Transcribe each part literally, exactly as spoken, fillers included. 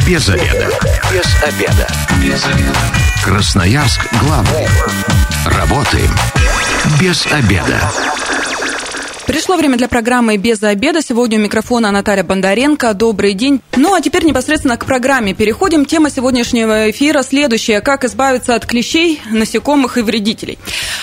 Без обеда. Без обеда. Без обеда. Красноярск главный. Работаем без обеда. Пришло время для программы «Без обеда». Сегодня у микрофона Наталья Бондаренко. Добрый день. Ну, а теперь непосредственно к программе переходим. Тема сегодняшнего эфира следующая. Как избавиться от клещей, насекомых и вредителей.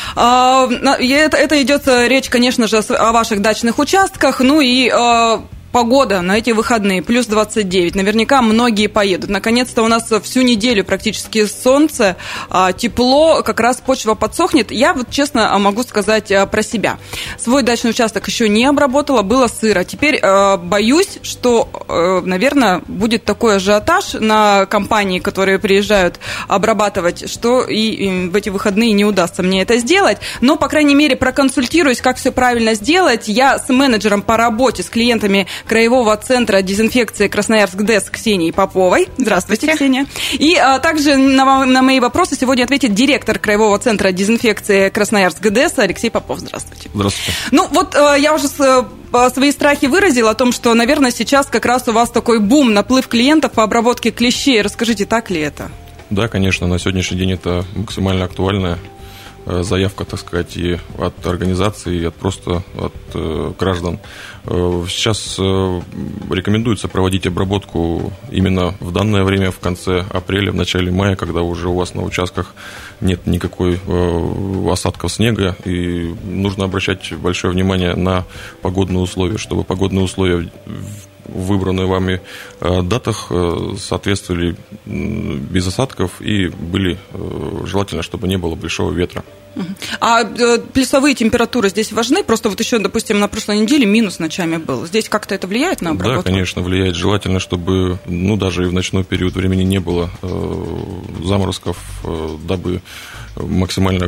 Это, это идет речь, конечно же, о ваших дачных участках. Ну и... Погода на эти выходные, плюс двадцать девять. Наверняка многие поедут. Наконец-то у нас всю неделю практически солнце, тепло, как раз почва подсохнет. Я вот честно могу сказать про себя. Свой дачный участок еще не обработала, было сыро. Теперь боюсь, что, наверное, будет такой ажиотаж на компании, которые приезжают обрабатывать, что и в эти выходные не удастся мне это сделать. Но, по крайней мере, проконсультируюсь, как все правильно сделать. Я с менеджером по работе с клиентами Краевого центра дезинфекции Красноярск ДЭС Ксенией Поповой. Здравствуйте, Здравствуйте. Ксения. И а, также на, на мои вопросы сегодня ответит директор Краевого центра дезинфекции Красноярск ДЭС Алексей Попов. Здравствуйте. Здравствуйте. Ну вот а, я уже с, а, свои страхи выразила о том, что, наверное, сейчас как раз у вас такой бум, наплыв клиентов по обработке клещей. Расскажите, так ли это? Да, конечно, на сегодняшний день это максимально актуальная заявка, так сказать, и от организации, и от просто от э, граждан. Э, сейчас э, рекомендуется проводить обработку именно в данное время, в конце апреля, в начале мая, когда уже у вас на участках нет никакой э, осадков снега, и нужно обращать большое внимание на погодные условия, чтобы погодные условия в выбранных вами э, датах э, соответствовали э, без осадков и были э, желательно, чтобы не было большого ветра. А э, плюсовые температуры здесь важны? Просто вот еще, допустим, на прошлой неделе минус ночами был. Здесь как-то это влияет на обработку? Да, конечно, влияет. Желательно, чтобы, ну, даже и в ночной период времени не было э, заморозков, э, дабы максимально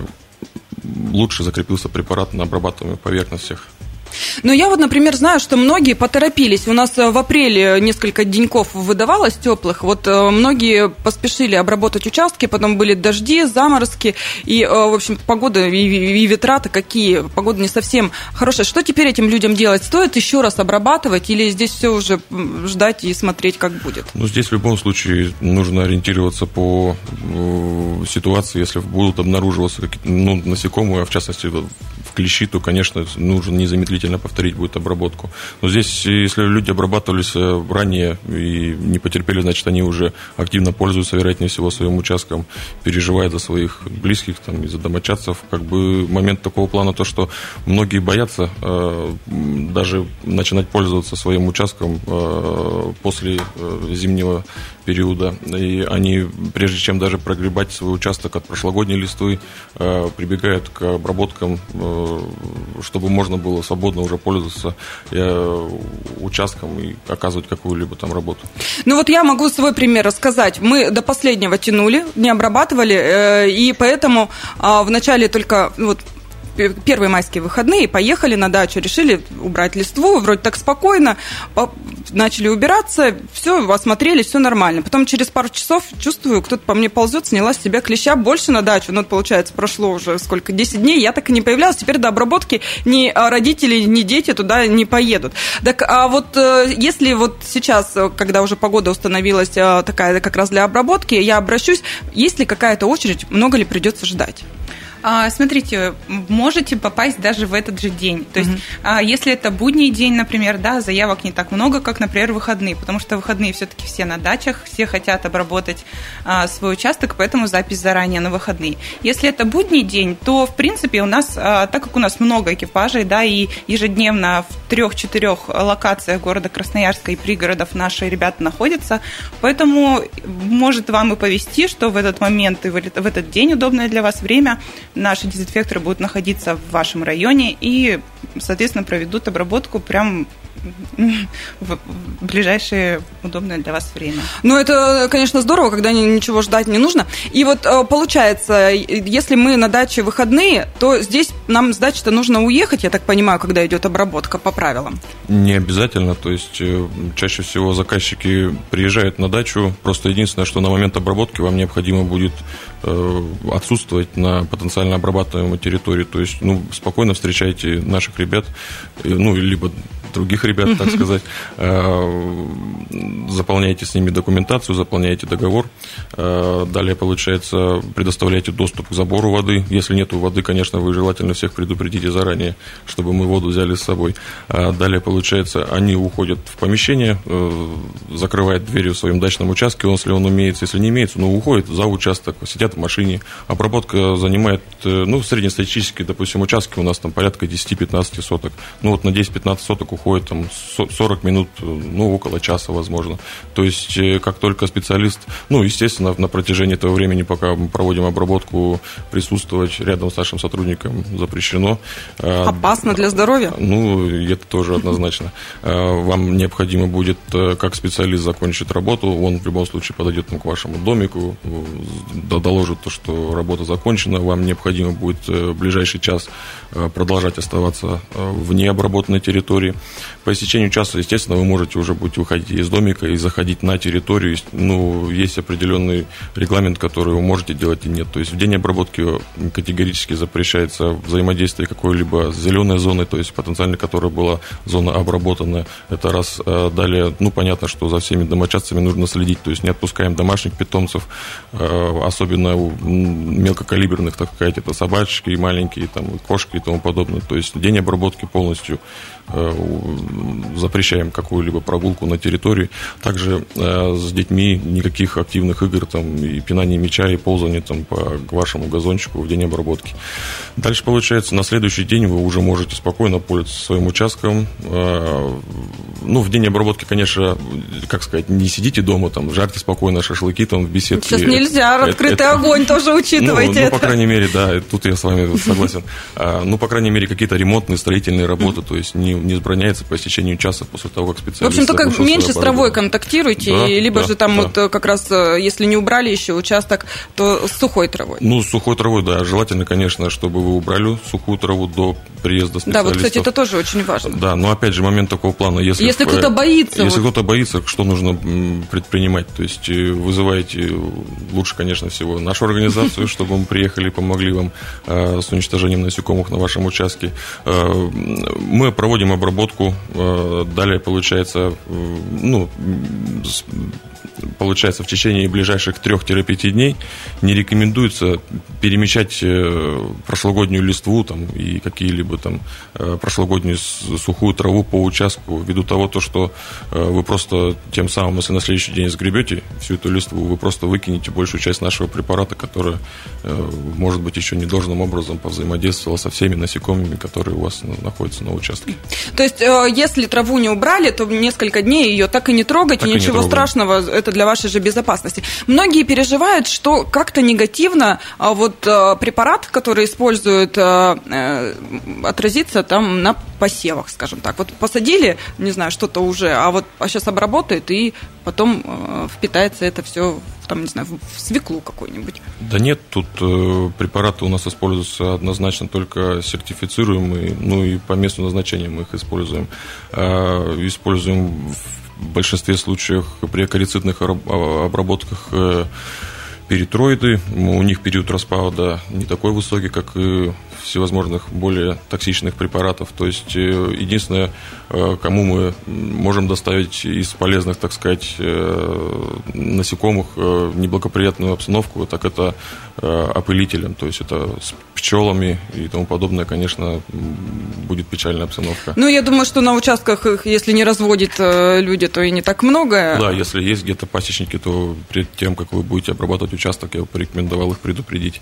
лучше закрепился препарат на обрабатываемых поверхностях. Ну, я вот, например, знаю, что многие поторопились. У нас в апреле несколько деньков выдавалось теплых. Вот многие поспешили обработать участки, потом были дожди, заморозки. И, в общем, погода и, и ветра-то какие. Погода не совсем хорошая. Что теперь этим людям делать? Стоит еще раз обрабатывать или здесь все уже ждать и смотреть, как будет? Ну, здесь в любом случае нужно ориентироваться по ситуации. Если будут обнаруживаться какие-то, ну, насекомые, а в частности в клещи, то, конечно, нужно незамедлительно повторить будет обработку. Но здесь, если люди обрабатывались ранее и не потерпели, значит, они уже активно пользуются, вероятнее всего, своим участком, переживая за своих близких, там, и за домочадцев. Как бы момент такого плана, то, что многие боятся э, даже начинать пользоваться своим участком э, после э, зимнего периода. И они, прежде чем даже прогребать свой участок от прошлогодней листвы, э, прибегают к обработкам, э, чтобы можно было свободно уже пользоваться э, участком и оказывать какую-либо там работу. Ну вот я могу свой пример рассказать. Мы до последнего тянули, не обрабатывали, э, и поэтому э, вначале только... Вот, первые майские выходные, поехали на дачу, решили убрать листву, вроде так спокойно, начали убираться, все, осмотрелись, все нормально. Потом через пару часов чувствую, кто-то по мне ползет, сняла с себя клеща больше на дачу. Ну, получается, прошло уже сколько, десять дней, я так и не появлялась. Теперь до обработки ни родители, ни дети туда не поедут. Так, а вот если вот сейчас, когда уже погода установилась такая как раз для обработки, я обращусь, есть ли какая-то очередь, много ли придется ждать? Смотрите, можете попасть даже в этот же день. То есть, mm-hmm. если это будний день, например, да, заявок не так много, как, например, выходные, потому что выходные все-таки все на дачах, все хотят обработать а, свой участок, поэтому запись заранее на выходные. Если это будний день, то, в принципе, у нас, а, так как у нас много экипажей, да, и ежедневно в трех-четырех локациях города Красноярска и пригородов наши ребята находятся, поэтому может вам и повезти, что в этот момент и в этот день удобное для вас время наши дезинфекторы будут находиться в вашем районе и, соответственно, проведут обработку прям в ближайшее удобное для вас время. Ну, это, конечно, здорово, когда ничего ждать не нужно. И вот получается, если мы на даче выходные, то здесь нам с дачи-то нужно уехать, я так понимаю, когда идет обработка по правилам. Не обязательно, то есть чаще всего заказчики приезжают на дачу, просто единственное, что на момент обработки вам необходимо будет отсутствовать на потенциально обрабатываемой территории, то есть, ну, спокойно встречайте наших ребят, ну, либо других ребят, так сказать. Заполняете с ними документацию, заполняете договор. Далее, получается, предоставляете доступ к забору воды. Если нет воды, конечно, вы желательно всех предупредите заранее, чтобы мы воду взяли с собой. Далее, получается, они уходят в помещение, закрывают дверью в своем дачном участке, если он имеется, если не имеется, ну, уходит за участок, сидят в машине. Обработка занимает, ну, среднестатистически, допустим, участки у нас там порядка десять-пятнадцать соток. Ну, вот на десять-пятнадцать соток уходит там сорок минут, ну, около часа, возможно. То есть, как только специалист, ну, естественно, на протяжении этого времени, пока мы проводим обработку, присутствовать рядом с нашим сотрудником запрещено. Опасно для здоровья? Ну, это тоже однозначно. Вам необходимо будет, как специалист закончит работу, он в любом случае подойдет к вашему домику, доложит то, что работа закончена, вам необходимо будет в ближайший час продолжать оставаться вне обработанной территории. По истечению часа, естественно, вы можете уже будете выходить из домика и заходить на территорию. Ну, есть определенный регламент, который вы можете делать и нет. То есть в день обработки категорически запрещается взаимодействие какой-либо с зеленой зоной, то есть потенциально, которая была зона обработанная. Это раз. Далее, ну, понятно, что за всеми домочадцами нужно следить, то есть не отпускаем домашних питомцев, особенно мелкокалиберных, так сказать, это собачки маленькие, там, кошки и тому подобное. То есть день обработки полностью запрещаем какую-либо прогулку на территории. Также с детьми никаких активных игр, там, и пинания мяча, и ползания там, по вашему газончику в день обработки. Дальше, получается, на следующий день вы уже можете спокойно пользоваться своим участком. Ну, в день обработки, конечно, как сказать, не сидите дома, там, жарьте спокойно шашлыки там в беседке. Сейчас нельзя, открытый это, огонь это, тоже учитывайте. Ну, это. ну, по крайней мере, да, тут я с вами согласен. Ну, по крайней мере, какие-то ремонтные, строительные работы, то есть не, не забраняется по истечению часа после того, как специалист... В общем, только меньше с травой контактируйте, да, либо да, же там да. вот как раз, если не убрали еще участок, то с сухой травой. Ну, с сухой травой, да. Желательно, конечно, чтобы вы убрали сухую траву до приезда специалистов. Да, вот, кстати, это тоже очень важно. Да, но опять же, момент такого плана, если... Если кто-то боится... Если вот... кто-то боится, что нужно предпринимать? То есть вызываете, лучше, конечно, всего нашу организацию, чтобы мы приехали и помогли вам с уничтожением насекомых на вашем участке. Мы проводим обработку, далее, получается, ну, получается, в течение ближайших трех-пяти дней не рекомендуется перемещать прошлогоднюю листву там, и какие-либо там прошлогоднюю сухую траву по участку, ввиду того, то, что вы просто тем самым, если на следующий день сгребете всю эту листву, вы просто выкинете большую часть нашего препарата, которая, может быть, еще недолжным образом повзаимодействовала со всеми насекомыми, которые у вас находятся на участке. То есть, если траву не убрали, то несколько дней ее так и не трогайте, так ничего не страшного, это для вашей же безопасности. Многие переживают, что как-то негативно вот препарат, который используют, отразится там на посевах, скажем так. Вот посадили, не знаю, что-то уже, а вот а сейчас обработает, и потом впитается это все там, не знаю, в свеклу какой-нибудь. Да нет, тут э, препараты у нас используются однозначно только сертифицируемые, ну и по месту назначения мы их используем. Э, используем в большинстве случаев при акарицидных обработках э, перитроиды. У них период распада не такой высокий, как и всевозможных более токсичных препаратов. То есть единственное, кому мы можем доставить из полезных, так сказать, насекомых неблагоприятную обстановку, так это опылителям. То есть это с пчелами и тому подобное, конечно, будет печальная обстановка. Ну, я думаю, что на участках их, если не разводят люди, то и не так много. Да, если есть где-то пасечники, то перед тем, как вы будете обрабатывать участок, я бы порекомендовал их предупредить.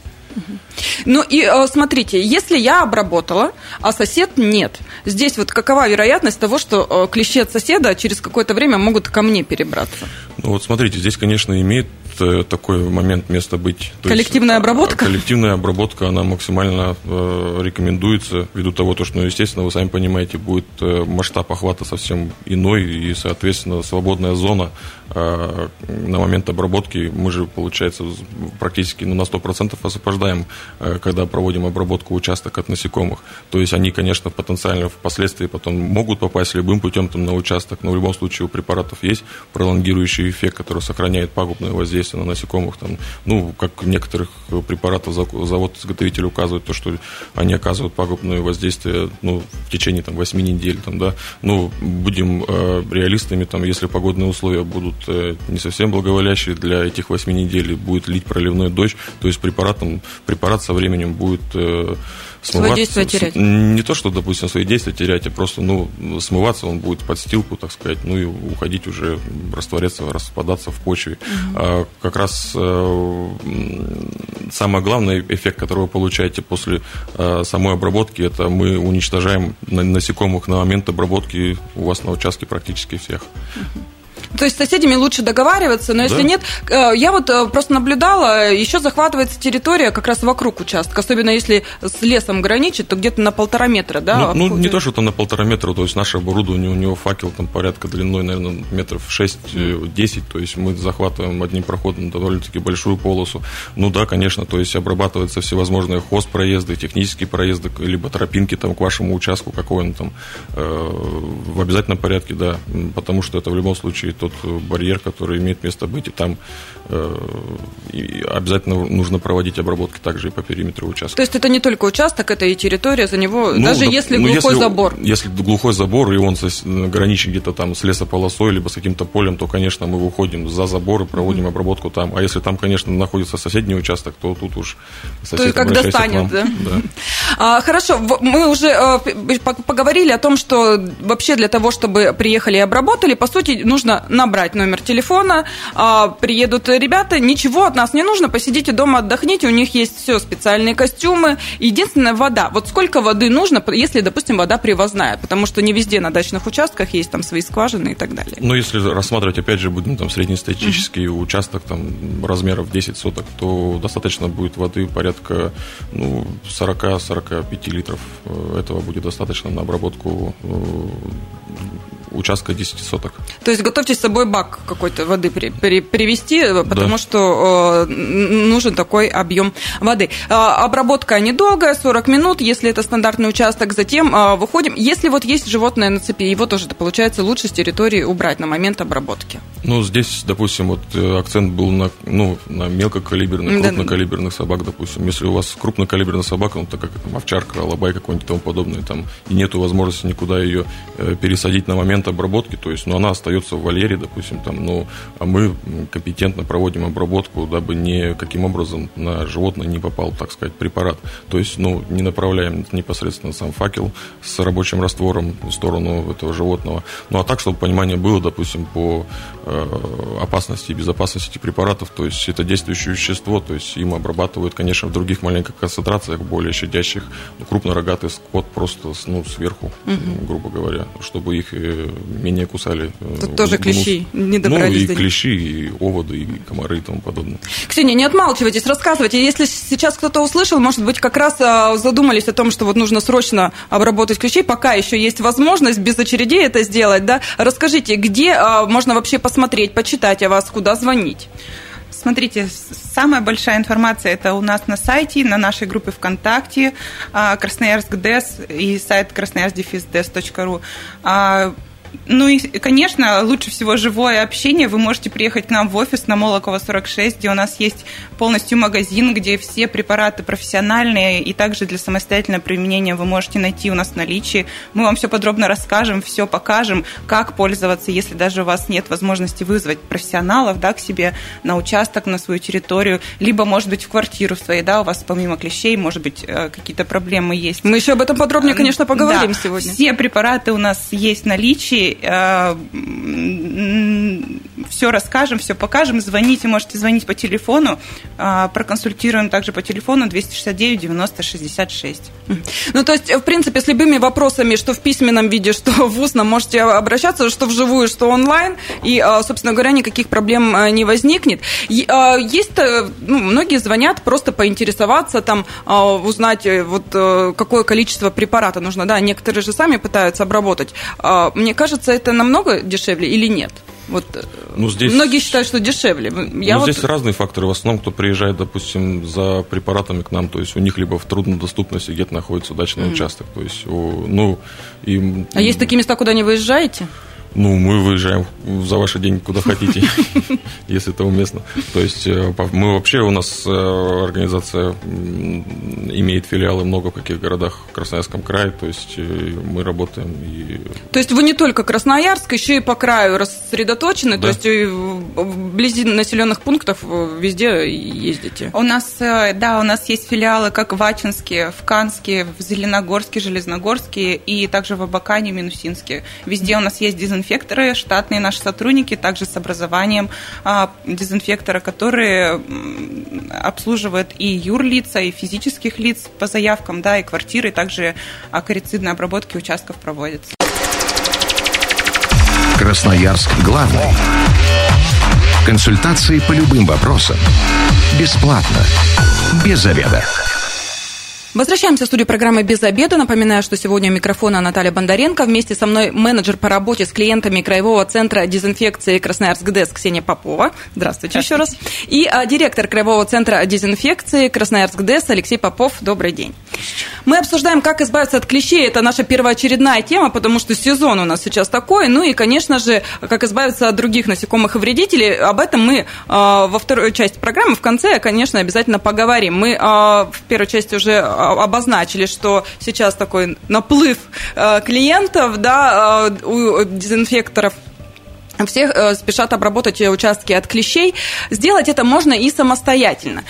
Ну и смотрите, если я обработала, а сосед нет, здесь вот какова вероятность того, что клещи от соседа через какое-то время могут ко мне перебраться? Ну вот смотрите, здесь, конечно, имеет такой момент место быть. То коллективная есть, обработка? Коллективная обработка, она максимально э, рекомендуется, ввиду того, что, ну, естественно, вы сами понимаете, будет э, масштаб охвата совсем иной, и, соответственно, свободная зона э, на момент обработки, мы же, получается, практически ну, на сто процентов освобождаем, когда проводим обработку участок от насекомых. То есть они, конечно, потенциально впоследствии потом могут попасть любым путем там, на участок, но в любом случае у препаратов есть пролонгирующий эффект, который сохраняет пагубное воздействие на насекомых. Там, ну, как в некоторых препаратах завод-изготовитель указывает, то, что они оказывают пагубное воздействие ну, в течение там, восьми недель. Там, да. Ну, будем э, реалистами, там, если погодные условия будут э, не совсем благоволящие для этих восьми недель, будет лить проливной дождь, то есть препаратом, препарат со временем будет э, свои действия терять. Не то, что, допустим, свои действия терять, а просто ну, смываться он будет под стилку, так сказать, ну и уходить уже, растворяться, распадаться в почве. Угу. А как раз э, самый главный эффект, который вы получаете после э, самой обработки, это мы уничтожаем насекомых на момент обработки у вас на участке практически всех. Угу. То есть с соседями лучше договариваться, но если да. нет, я вот просто наблюдала, еще захватывается территория как раз вокруг участка, особенно если с лесом граничит, то где-то на полтора метра, да? Ну, ну не то, что там на полтора метра, то есть наше оборудование, у него факел там порядка длиной, наверное, метров шесть-десять, то есть мы захватываем одним проходом довольно-таки большую полосу. Ну да, конечно, то есть обрабатываются всевозможные хозпроезды, технические проезды, либо тропинки там к вашему участку, какой он там, э, в обязательном порядке, да, потому что это в любом случае тот барьер, который имеет место быть, и там э, и обязательно нужно проводить обработки также и по периметру участка. То есть это не только участок, это и территория за него, ну, даже да, если ну, глухой если, забор. Если глухой забор, и он граничит где-то там с лесополосой, либо с каким-то полем, то, конечно, мы выходим за забор и проводим mm-hmm. обработку там. А если там, конечно, находится соседний участок, то тут уж сосед как достанет, да? да. А, хорошо, мы уже поговорили о том, что вообще для того, чтобы приехали и обработали, по сути, нужно набрать номер телефона, приедут ребята, ничего от нас не нужно, посидите дома, отдохните, у них есть все, специальные костюмы. Единственное, вода. Вот сколько воды нужно, если, допустим, вода привозная, потому что не везде на дачных участках есть там свои скважины и так далее. Ну, если рассматривать, опять же, будем там среднестатистический mm-hmm. участок там размеров десять соток, то достаточно будет воды порядка ну, сорок-сорок пять литров. Этого будет достаточно на обработку участка десять соток. То есть готовьте с собой бак какой-то воды при, при, привезти, потому да. что э, нужен такой объем воды. Э, обработка недолгая, сорок минут, если это стандартный участок, затем э, выходим. Если вот есть животное на цепи, его тоже, получается, лучше с территории убрать на момент обработки. Ну, здесь, допустим, вот акцент был на, ну, на мелкокалиберных, да. крупнокалиберных собак, допустим. Если у вас крупнокалиберная собака, ну, так как там, овчарка, алабай какой-нибудь и тому подобное, там, и нету возможности никуда ее э, пересадить на момент обработки, то есть, ну, она остается в вольере, допустим, там, ну, а мы компетентно проводим обработку, дабы никаким образом на животное не попал, так сказать, препарат. То есть, ну, не направляем непосредственно сам факел с рабочим раствором в сторону этого животного. Ну, а так, чтобы понимание было, допустим, по э, опасности и безопасности этих препаратов, то есть, это действующее вещество, то есть, им обрабатывают, конечно, в других маленьких концентрациях, более щадящих, ну, крупнорогатый скот просто, ну, сверху, угу. грубо говоря, чтобы их менее кусали. Тут тоже клещи не добрались. Ну, и клещи, и оводы, и комары, и тому подобное. Ксения, не отмалчивайтесь, рассказывайте. Если сейчас кто-то услышал, может быть, как раз задумались о том, что вот нужно срочно обработать клещей, пока еще есть возможность без очередей это сделать, да? Расскажите, где можно вообще посмотреть, почитать о вас, куда звонить? Смотрите, самая большая информация это у нас на сайте, на нашей группе ВКонтакте, Красноярск ДЭС и сайт красноярск дефис дэс точка ру. Ну и, конечно, лучше всего живое общение. Вы можете приехать к нам в офис на Молокова сорок шесть, где у нас есть полностью магазин, где все препараты профессиональные, и также для самостоятельного применения вы можете найти у нас в наличии. Мы вам все подробно расскажем, все покажем, как пользоваться, если даже у вас нет возможности вызвать профессионалов, да, к себе на участок, на свою территорию, либо, может быть, в квартиру своей, да, у вас помимо клещей, может быть, какие-то проблемы есть. Мы еще об этом подробнее, конечно, поговорим да, сегодня. Все препараты у нас есть в наличии. Все расскажем, все покажем. Звоните, можете звонить по телефону. Проконсультируем также по телефону двести шестьдесят девять девяносто шестьдесят шесть. Ну, то есть, в принципе, с любыми вопросами, что в письменном виде, что в устном, можете обращаться, что вживую, что онлайн, и, собственно говоря, никаких проблем не возникнет. Есть, ну, многие звонят просто поинтересоваться, там, узнать, вот, какое количество препарата нужно. Да, некоторые же сами пытаются обработать. Мне кажется, это намного дешевле или нет? Вот ну, здесь, многие считают, что дешевле. Я ну, вот... Здесь разные факторы. В основном, кто приезжает, допустим, за препаратами к нам, то есть у них либо в труднодоступности где-то находится дачный mm. участок. То есть, ну, им... А есть такие места, куда не выезжаете? Ну, мы выезжаем за ваши деньги куда хотите, если это уместно. То есть мы вообще, у нас организация имеет филиалы много в каких городах в Красноярском крае, то есть мы работаем. И... То есть вы не только Красноярск, еще и по краю рассредоточены, да. То есть вблизи населенных пунктов везде ездите? У нас, да, у нас есть филиалы как в Ачинске, в Канске, в Зеленогорске, Железногорске и также в Абакане, Минусинске. Везде у нас есть дезинфекция. Дезинфекторы, штатные наши сотрудники, также с образованием а, дезинфектора, которые обслуживают и юрлица, и физических лиц по заявкам, да, и квартиры, и также акарицидные обработки участков проводятся. Красноярск главный. Консультации по любым вопросам. Бесплатно. Без заведа. Возвращаемся в студию программы «Без обеда». Напоминаю, что сегодня у микрофона Наталья Бондаренко. Вместе со мной менеджер по работе с клиентами Краевого центра дезинфекции Красноярск ГДЭС Ксения Попова. Здравствуйте еще раз. И а, директор Краевого центра дезинфекции Красноярск ГДЭС Алексей Попов. Добрый день. Мы обсуждаем, как избавиться от клещей. Это наша первоочередная тема, потому что сезон у нас сейчас такой. Ну и, конечно же, как избавиться от других насекомых и вредителей. Об этом мы а, во второй части программы в конце, конечно, обязательно поговорим. Мы а, в первой части уже обозначили, что сейчас такой наплыв клиентов, да, у дезинфекторов. Всех спешат обработать участки от клещей. Сделать это можно и самостоятельно.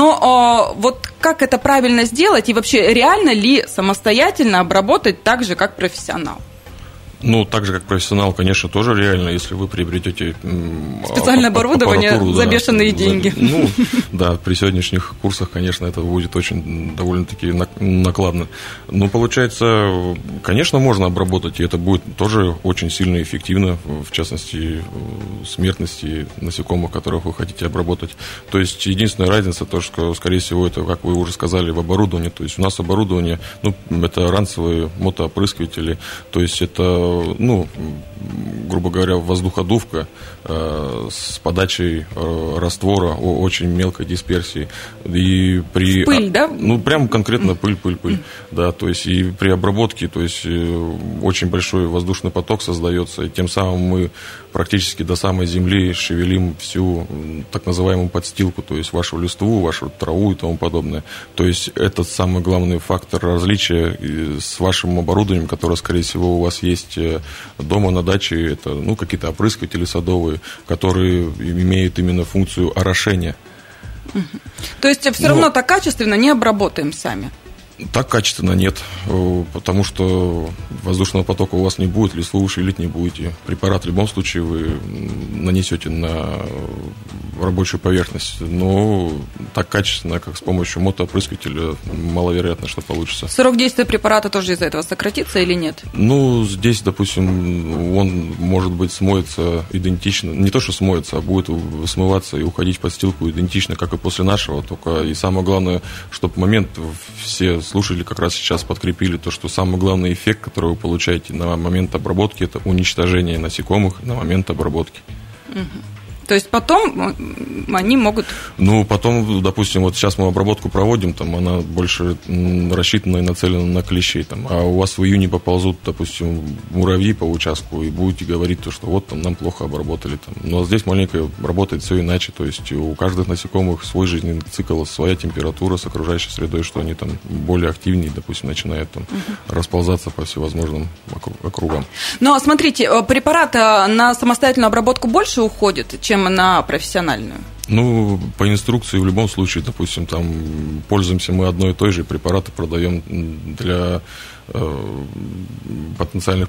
Но вот как это правильно сделать и вообще реально ли самостоятельно обработать так же, как профессионал? Ну, так же, как профессионал, конечно, тоже реально, если вы приобретете специальное оборудование за да, бешеные за, деньги. Ну, да, при сегодняшних курсах, конечно, это будет очень довольно-таки накладно. Но получается, конечно, можно обработать, и это будет тоже очень сильно эффективно, в частности, смертности насекомых, которых вы хотите обработать. То есть, единственная разница, то, что, скорее всего, это, как вы уже сказали, в оборудовании. То есть, у нас оборудование, ну, это ранцевые мотоопрыскиватели, то есть, это ну, грубо говоря, воздуходувка э, с подачей э, раствора о очень мелкой дисперсии. И при, пыль, да? Ну, прям конкретно пыль, пыль, пыль. Да, то есть и при обработке, то есть э, очень большой воздушный поток создается, и тем самым мы практически до самой земли шевелим всю так называемую подстилку, то есть вашу листву, вашу траву и тому подобное. То есть это самый главный фактор различия с вашим оборудованием, которое, скорее всего, у вас есть дома на даче. Это ну, какие-то опрыскиватели садовые, которые имеют именно функцию орошения. Угу. То есть все Но... равно так качественно не обработаем сами? Так качественно нет, потому что воздушного потока у вас не будет, листву вы шевелить не будете. Препарат в любом случае вы нанесете на рабочую поверхность, но так качественно, как с помощью мотоопрыскивателя, маловероятно, что получится. Срок действия препарата тоже из-за этого сократится или нет? Ну, здесь, допустим, он, может быть, смоется идентично, не то, что смоется, а будет смываться и уходить в подстилку идентично, как и после нашего, только и самое главное, чтобы момент все слушатели как раз сейчас подкрепили то, что самый главный эффект, который вы получаете на момент обработки, это уничтожение насекомых на момент обработки. Угу. То есть потом они могут... Ну, потом, допустим, вот сейчас мы обработку проводим, там она больше рассчитана и нацелена на клещей, там, а у вас в июне поползут, допустим, муравьи по участку, и будете говорить, то, что вот там нам плохо обработали. Там. Но здесь маленько работает все иначе, то есть у каждых насекомых свой жизненный цикл, своя температура с окружающей средой, что они там более активнее, допустим, начинают там угу. расползаться по всевозможным округам. Но смотрите, препарат на самостоятельную обработку больше уходит, чем на профессиональную? Ну, по инструкции в любом случае, допустим, там пользуемся мы одной и той же, препараты продаем для э, потенциальных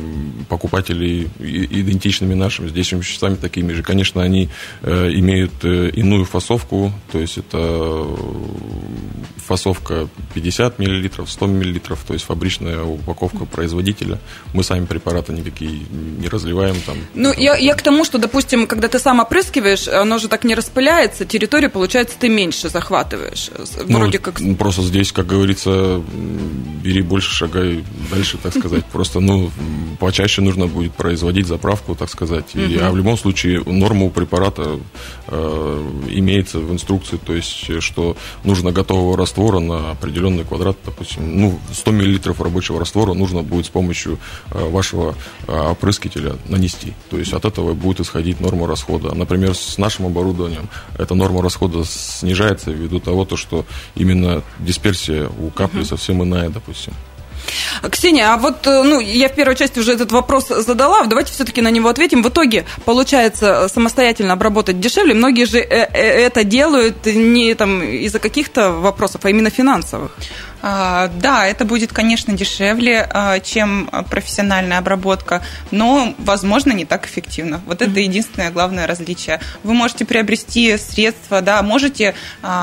покупателей идентичными нашим, с действующими веществами такими же. Конечно, они э, имеют э, иную фасовку, то есть это фасовка пятьдесят миллилитров, сто миллилитров, то есть фабричная упаковка производителя. Мы сами препараты никакие не разливаем там. Ну, я, я к тому, что, допустим, когда ты сам опрыскиваешь, оно же так не распыляется, территорию, получается, ты меньше захватываешь. Вроде ну, как... Просто здесь, как говорится, бери больше, шагай дальше, так сказать. Просто, ну, почаще нужно будет производить заправку, так сказать. И, а в любом случае норма у препарата э, имеется в инструкции, то есть, что нужно готового раствора на определенный квадрат, допустим, ну, сто миллилитров рабочего раствора нужно будет с помощью э, вашего э, опрыскивателя нанести. То есть, от этого будет исходить норма расхода. Например, с нашим оборудованием эта норма расхода снижается ввиду того, то, что именно дисперсия у капли uh-huh. совсем иная, допустим. Ксения, а вот, ну, я в первой части уже этот вопрос задала, давайте все-таки на него ответим. В итоге, получается, самостоятельно обработать дешевле. Многие же это делают не там из-за каких-то вопросов, а именно финансовых. Да, это будет, конечно, дешевле, чем профессиональная обработка, но, возможно, не так эффективно. Вот это единственное главное различие. Вы можете приобрести средства, да, можете,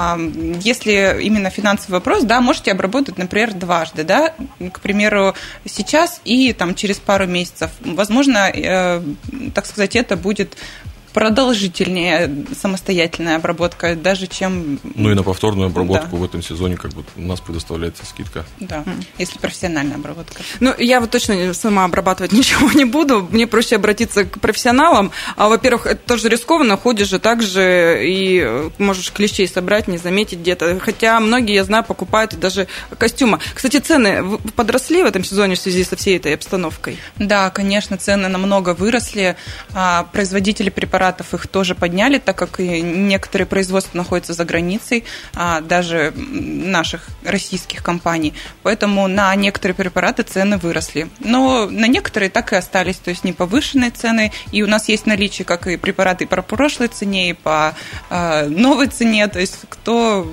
если именно финансовый вопрос, да, можете обработать, например, дважды, да, к примеру, сейчас и там через пару месяцев. Возможно, так сказать, это будет продолжительнее самостоятельная обработка, даже чем... Ну и на повторную обработку да. в этом сезоне как бы у нас предоставляется скидка. Да, mm. если профессиональная обработка. Ну, я вот точно сама обрабатывать ничего не буду, мне проще обратиться к профессионалам. А, во-первых, это тоже рискованно, ходишь же так же и можешь клещей собрать, не заметить где-то. Хотя многие, я знаю, покупают даже костюмы. Кстати, цены подросли в этом сезоне в связи со всей этой обстановкой? Да, конечно, цены намного выросли. Производители препаратов их тоже подняли, так как и некоторые производства находятся за границей, даже наших российских компаний. Поэтому на некоторые препараты цены выросли. Но на некоторые так и остались, то есть не повышенные цены. И у нас есть наличие как и препараты по прошлой цене, и по новой цене. То есть кто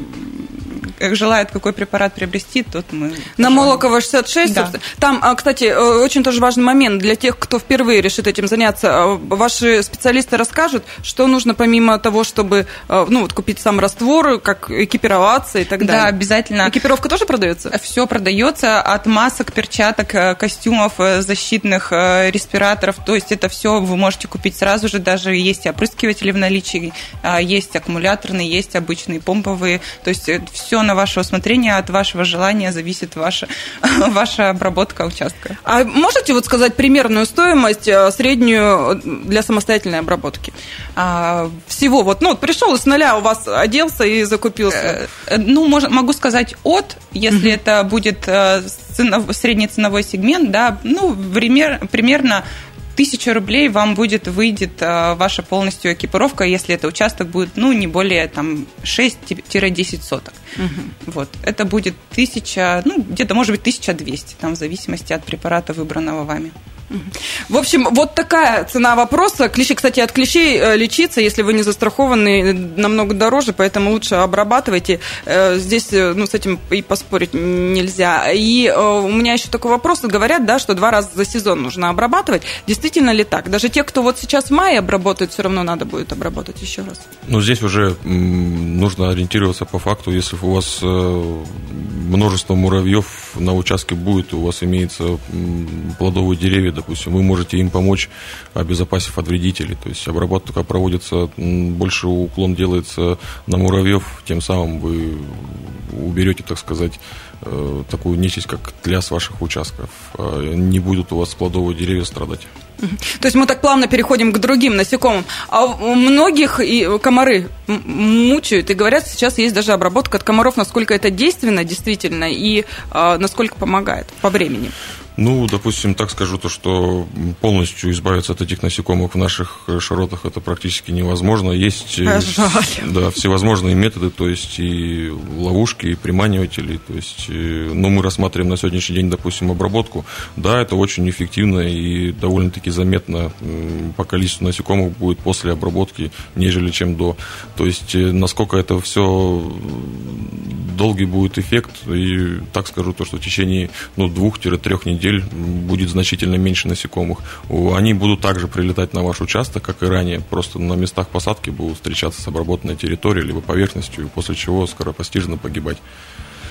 желает какой препарат приобрести, тот мы... На Молокова шестьдесят шесть. Да. Там, кстати, очень тоже важный момент для тех, кто впервые решит этим заняться. Ваши специалисты расскажут, что нужно помимо того, чтобы ну, вот, купить сам раствор, как экипироваться и так далее. Да, обязательно. Экипировка тоже продается? Все продается, от масок, перчаток, костюмов, защитных респираторов. То есть это все вы можете купить сразу же. Даже есть опрыскиватели в наличии, есть аккумуляторные, есть обычные помповые. То есть все на ваше усмотрение, от вашего желания зависит ваша, ваша обработка участка. А можете вот сказать примерную стоимость среднюю для самостоятельной обработки? А, всего вот, ну, пришел с нуля, у вас оделся и закупился. Ну, могу сказать от, если uh-huh. это будет ценов, средний ценовой сегмент, да, ну, пример, примерно тысяча рублей вам будет, выйдет ваша полностью экипировка, если это участок будет, ну, не более там шесть-десять соток. Угу. Вот. Это будет тысяча, ну, где-то, может быть, тысяча двести, там, в зависимости от препарата, выбранного вами. В общем, вот такая цена вопроса. Клещи, кстати, от клещей лечиться, если вы не застрахованы, намного дороже, поэтому лучше обрабатывайте. Здесь, ну, с этим и поспорить нельзя. И у меня еще такой вопрос. Говорят, да, что два раза за сезон нужно обрабатывать. Действительно ли так? Даже те, кто вот сейчас в мае обработают, все равно надо будет обработать еще раз. Ну, здесь уже нужно ориентироваться по факту. Если у вас множество муравьев на участке будет, у вас имеется плодовые деревья, допустим, вы можете им помочь, обезопасив от вредителей. То есть обработка проводится, больше уклон делается на муравьев, тем самым вы уберете, так сказать, такую нечисть, как тля с ваших участков. Не будут у вас плодовые деревья страдать. То есть мы так плавно переходим к другим насекомым. А у многих и комары мучают, и говорят, сейчас есть даже обработка от комаров, насколько это действенно действительно и а, насколько помогает по времени. Ну, допустим, так скажу, то, что полностью избавиться от этих насекомых в наших широтах это практически невозможно. Есть да, всевозможные методы, то есть и ловушки, и приманиватели. То есть, ну, мы рассматриваем на сегодняшний день, допустим, обработку. Да, это очень эффективно и довольно-таки заметно по количеству насекомых будет после обработки, нежели чем до. То есть, насколько это все долгий будет эффект, и так скажу, то, что в течение ну, двух-трех недель будет значительно меньше насекомых. Они будут также прилетать на ваш участок, как и ранее, просто на местах посадки будут встречаться с обработанной территорией, либо поверхностью, после чего скоропостижно погибать.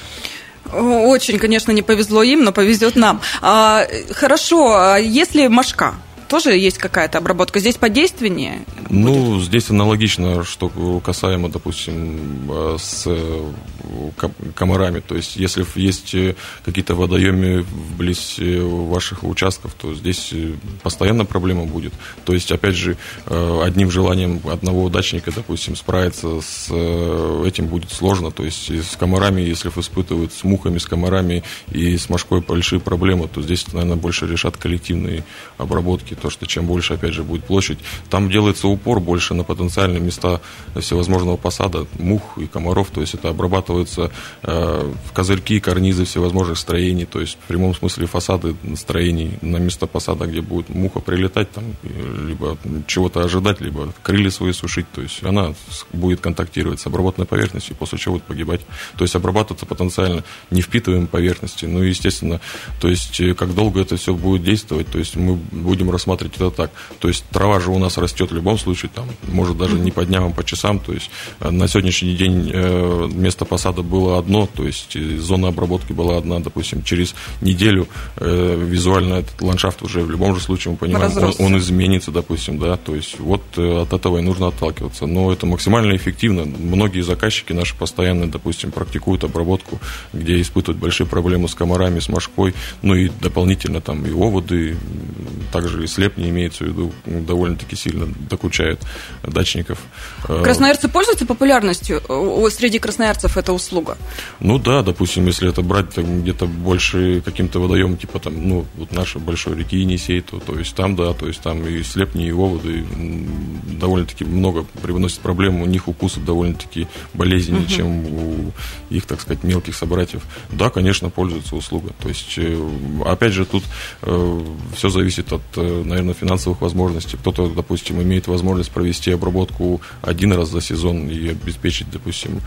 Очень, конечно, не повезло им, но повезет нам. А, хорошо, если мошка, тоже есть какая-то обработка? Здесь подейственнее? Ну, будет? Здесь аналогично, что касаемо, допустим, с комарами. То есть, если есть какие-то водоемы вблизи ваших участков, то здесь постоянно проблема будет. То есть, опять же, одним желанием одного дачника, допустим, справиться с этим будет сложно. То есть, с комарами, если испытывают с мухами, с комарами и с мошкой большие проблемы, то здесь, наверное, больше решат коллективные обработки. То, что чем больше, опять же, будет площадь, там делается упор больше на потенциальные места всевозможного посада, мух и комаров, то есть это обрабатываются э, козырьки, карнизы всевозможных строений, то есть в прямом смысле фасады строений на место посада, где будет муха прилетать, там, либо чего-то ожидать, либо крылья свои сушить, то есть она будет контактировать с обработанной поверхностью, после чего будет погибать. То есть обрабатываться потенциально невпитываемой поверхности, ну и, естественно, то есть как долго это все будет действовать, то есть мы будем рассматривать это так. То есть трава же у нас растет в любом случае, там, может даже не по дням, а по часам. То есть на сегодняшний день место посада было одно, то есть зона обработки была одна, допустим, через неделю визуально этот ландшафт уже в любом же случае, мы понимаем, он, он изменится, допустим, да, то есть вот от этого и нужно отталкиваться. Но это максимально эффективно. Многие заказчики наши постоянно, допустим, практикуют обработку, где испытывают большие проблемы с комарами, с мошкой, ну и дополнительно там и оводы, также и слепни, имеется в виду, довольно-таки сильно докучают дачников. Красноярцы пользуются популярностью? Среди красноярцев эта услуга? Ну да, допустим, если это брать там, где-то больше каким-то водоемом, типа там, ну, вот нашей большой реки Енисей, то, то есть там, да, то есть там и слепни, и оводы довольно-таки много привносят проблем, у них укусы довольно-таки болезненнее, угу. чем у их, так сказать, мелких собратьев. Да, конечно, пользуются услугой. То есть, опять же, тут э, все зависит от, наверное, финансовых возможностей. Кто-то, допустим, имеет возможность провести обработку один раз за сезон и обеспечить, допустим,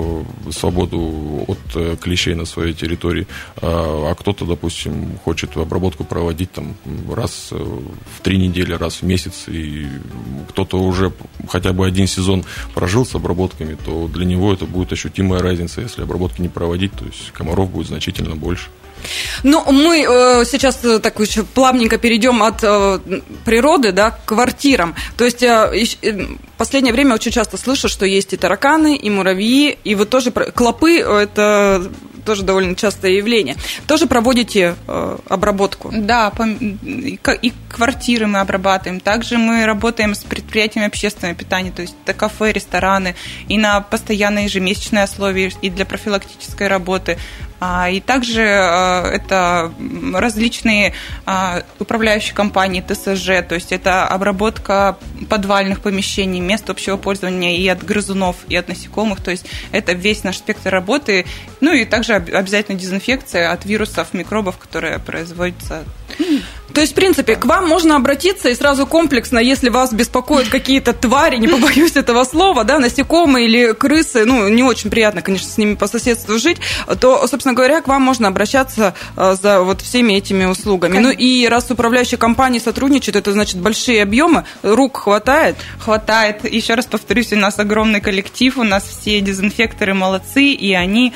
свободу от клещей на своей территории, а кто-то, допустим, хочет обработку проводить там раз в три недели, раз в месяц, и кто-то уже хотя бы один сезон прожил с обработками, то для него это будет ощутимая разница. Если обработки не проводить, то есть комаров будет значительно больше. Ну, мы э, сейчас так еще плавненько перейдем от э, природы, да, к квартирам. То есть э, э, в последнее время очень часто слышу, что есть и тараканы, и муравьи, и вы тоже... Клопы – это тоже довольно частое явление. Тоже проводите э, обработку? Да, по, и, и квартиры мы обрабатываем. Также мы работаем с предприятиями общественного питания, то есть это кафе, рестораны, и на постоянной ежемесячной основе, и для профилактической работы. И также это различные управляющие компании тэ эс жэ, то есть это обработка подвальных помещений, мест общего пользования и от грызунов, и от насекомых, то есть это весь наш спектр работы, ну и также обязательно дезинфекция от вирусов, микробов, которые производятся. То есть, в принципе, к вам можно обратиться и сразу комплексно, если вас беспокоят какие-то твари, не побоюсь этого слова, да, насекомые или крысы, ну, не очень приятно, конечно, с ними по соседству жить, то, собственно говоря, к вам можно обращаться за вот всеми этими услугами. Конечно. Ну, и раз управляющие компании сотрудничают, это значит большие объемы, рук хватает? Хватает. Еще раз повторюсь, у нас огромный коллектив, у нас все дезинфекторы молодцы, и они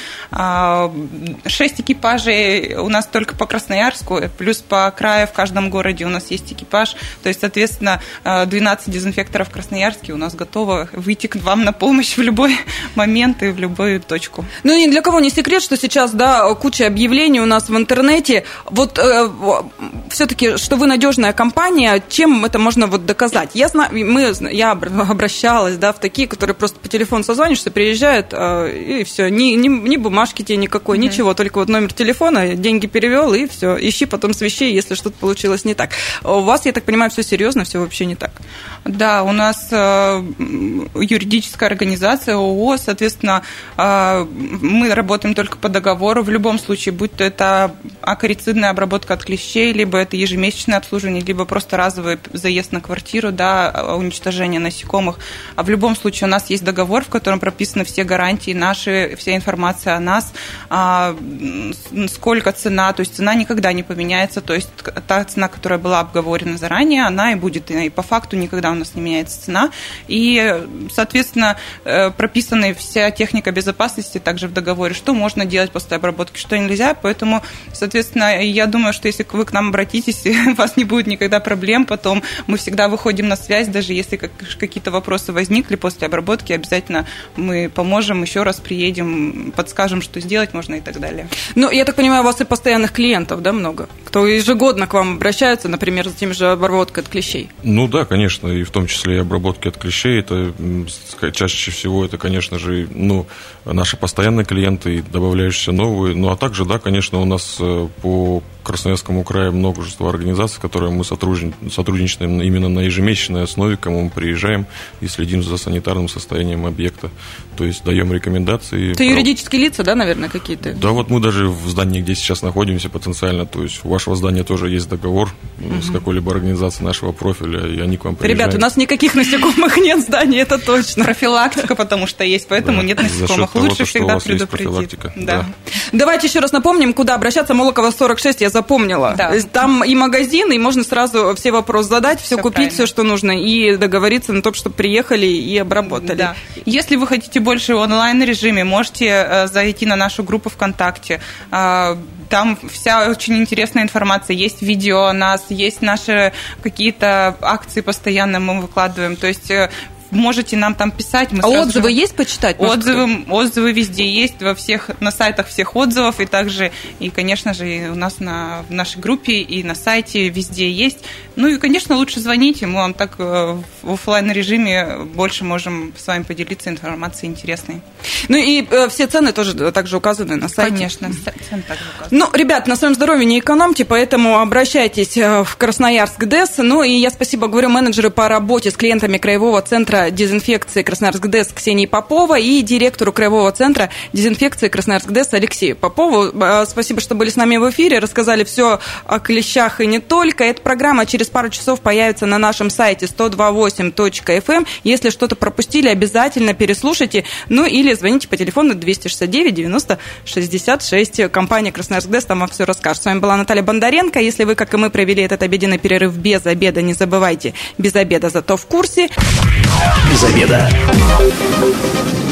шесть экипажей у нас только по Красноярску, плюс по краю в каждом городе у нас есть экипаж, то есть, соответственно, двенадцать дезинфекторов в Красноярске у нас готово выйти к вам на помощь в любой момент и в любую точку. Ну, ни для кого не секрет, что сейчас, да, куча объявлений у нас в интернете. Вот э, все-таки, что вы надежная компания, чем это можно вот доказать? Я знаю, мы, я обращалась, да, в такие, которые просто по телефону созвонишься, приезжают, э, и все, ни, ни, ни бумажки тебе никакой, mm-hmm. ничего, только вот номер телефона, деньги перевел, и все, ищи потом с вещей, если что-то получилось не так. У вас, я так понимаю, все серьезно, все вообще не так? Да, у нас э, юридическая организация ООО, соответственно, э, мы работаем только по договору. В любом случае, будь то это акарицидная обработка от клещей, либо это ежемесячное обслуживание, либо просто разовый заезд на квартиру, да, уничтожение насекомых. А в любом случае у нас есть договор, в котором прописаны все гарантии наши, вся информация о нас, э, сколько цена, то есть цена никогда не поменяется, то есть та та цена, которая была обговорена заранее, она и будет. И по факту никогда у нас не меняется цена. И, соответственно, прописана вся техника безопасности также в договоре, что можно делать после обработки, что нельзя. Поэтому, соответственно, я думаю, что если вы к нам обратитесь, у вас не будет никогда проблем. Потом мы всегда выходим на связь, даже если какие-то вопросы возникли после обработки, обязательно мы поможем, еще раз приедем, подскажем, что сделать можно и так далее. Ну, я так понимаю, у вас и постоянных клиентов, да, много? Кто ежегодно к вам обращается, например, за тем же обработкой от клещей? Ну да, конечно, и в том числе и обработки от клещей. Это чаще всего, это, конечно же, ну, наши постоянные клиенты и добавляющиеся новые. Ну, а также, да, конечно, у нас по Красноярскому краю множество организаций, с которыми мы сотрудничаем именно на ежемесячной основе, к кому мы приезжаем и следим за санитарным состоянием объекта. То есть даем рекомендации. Это юридические лица, да, наверное, какие-то? Да, вот мы даже в здании, где сейчас находимся потенциально, то есть у вашего здания тоже есть договор угу. с какой-либо организацией нашего профиля, и они к вам приезжают. Ребята, у нас никаких насекомых нет в здании, это точно. Профилактика, потому что есть, поэтому да. нет насекомых. Лучше того, всегда предупредить. Да. Да. Давайте еще раз напомним, куда обращаться. Молокова сорок шесть, я запомнила. Да. Там и магазин, и можно сразу все вопросы задать, все, все купить, правильно. Все, что нужно, и договориться на то, чтобы приехали и обработали. Да. Если вы хотите больше в онлайн-режиме, можете зайти на нашу группу ВКонтакте. Там вся очень интересная информация. Есть видео о нас, есть наши какие-то акции постоянно мы выкладываем. То есть можете нам там писать. Мы а отзывы же... есть почитать? Отзывы, отзывы везде есть, во всех, на сайтах всех отзывов, и также, и, конечно же, и у нас на, в нашей группе, и на сайте везде есть. Ну и, конечно, лучше звоните, мы вам так в офлайн-режиме больше можем с вами поделиться информацией интересной. Ну и э, все цены тоже также указаны на сайте. Конечно, цены также указаны. Ну, ребят, на своем здоровье не экономьте, поэтому обращайтесь в Красноярск ДЭС. Ну и я спасибо говорю менеджеру по работе с клиентами Краевого центра дезинфекции Красноярск ДЭС Ксении Попова и директору Краевого центра дезинфекции Красноярск ДЭС Алексею Попову. Спасибо, что были с нами в эфире, рассказали все о клещах и не только. Эта программа через пару часов появится на нашем сайте сто два восемь точка эф эм. Если что-то пропустили, обязательно переслушайте. Ну или звоните по телефону двести шестьдесят девять девяносто шестьдесят шесть. Компания Красноярск ДЭС там вам все расскажет. С вами была Наталья Бондаренко. Если вы, как и мы, провели этот обеденный перерыв без обеда, не забывайте, без обеда, зато в курсе. Без обеда.